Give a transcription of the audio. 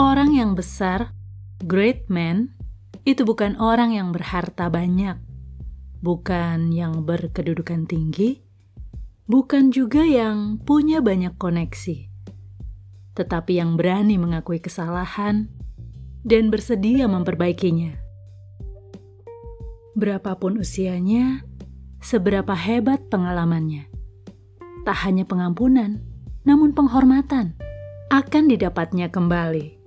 Orang yang besar, great man, itu bukan orang yang berharta banyak, bukan yang berkedudukan tinggi, bukan juga yang punya banyak koneksi, tetapi yang berani mengakui kesalahan dan bersedia memperbaikinya. Berapapun usianya, seberapa hebat pengalamannya, tak hanya pengampunan, namun penghormatan akan didapatnya kembali.